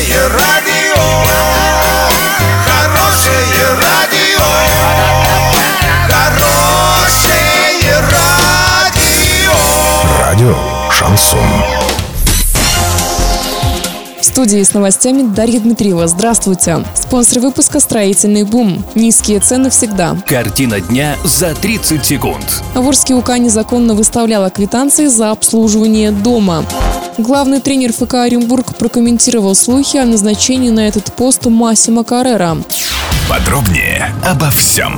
Хорошее радио, хорошее радио, хорошее радио. Радио «Шансон». В студии с новостями Дарья Дмитриева. Здравствуйте. Спонсор выпуска «Строительный бум». Низкие цены всегда. Картина дня за 30 секунд. В Орске УК незаконно выставляла квитанции за обслуживание дома. Главный тренер ФК Оренбург прокомментировал слухи о назначении на этот пост Массимо Каррера. Подробнее обо всем.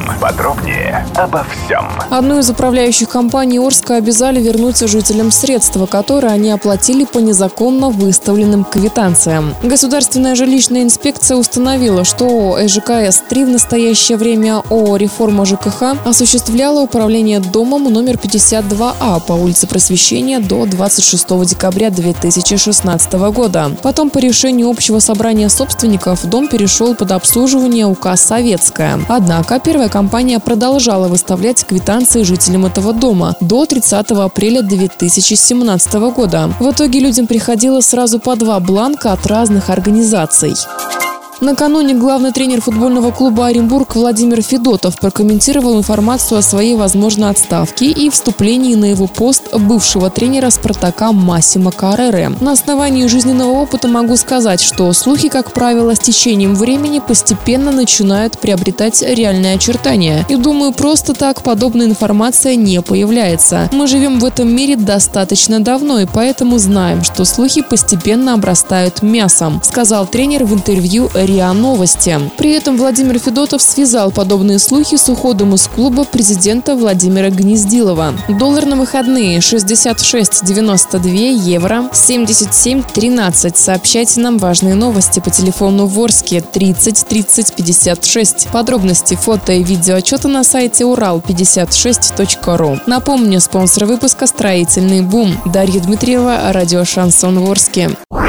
Одну из управляющих компаний Орска обязали вернуть жителям средства, которые они оплатили по незаконно выставленным квитанциям. Государственная жилищная инспекция установила, что ЭЖКС-3 в настоящее время ООО «Реформа ЖКХ» осуществляла управление домом номер 52А по улице Просвещения до 26 декабря 2016 года. Потом по решению общего собрания собственников дом перешел под обслуживание УК «Советская». Однако первая компания продолжала выставлять квитанции жителям этого дома до 30 апреля 2017 года. В итоге людям приходило сразу по 2 бланка от разных организаций. Накануне главный тренер футбольного клуба «Оренбург» Владимир Федотов прокомментировал информацию о своей возможной отставке и вступлении на его пост бывшего тренера «Спартака» Массимо Карреры. На основании жизненного опыта могу сказать, что слухи, как правило, с течением времени постепенно начинают приобретать реальные очертания. И думаю, просто так подобная информация не появляется. Мы живем в этом мире достаточно давно и поэтому знаем, что слухи постепенно обрастают мясом, сказал тренер в интервью РИА Новости. При этом Владимир Федотов связал подобные слухи с уходом из клуба президента Владимира Гнездилова. Доллар на выходные 66,92, евро 77,13. Сообщайте нам важные новости по телефону в Орске 30 30 56. Подробности, фото и видеоотчеты на сайте урал56.ру. Напомню, спонсор выпуска «Строительный бум». Дарья Дмитриева, радио «Шансон» в Орске.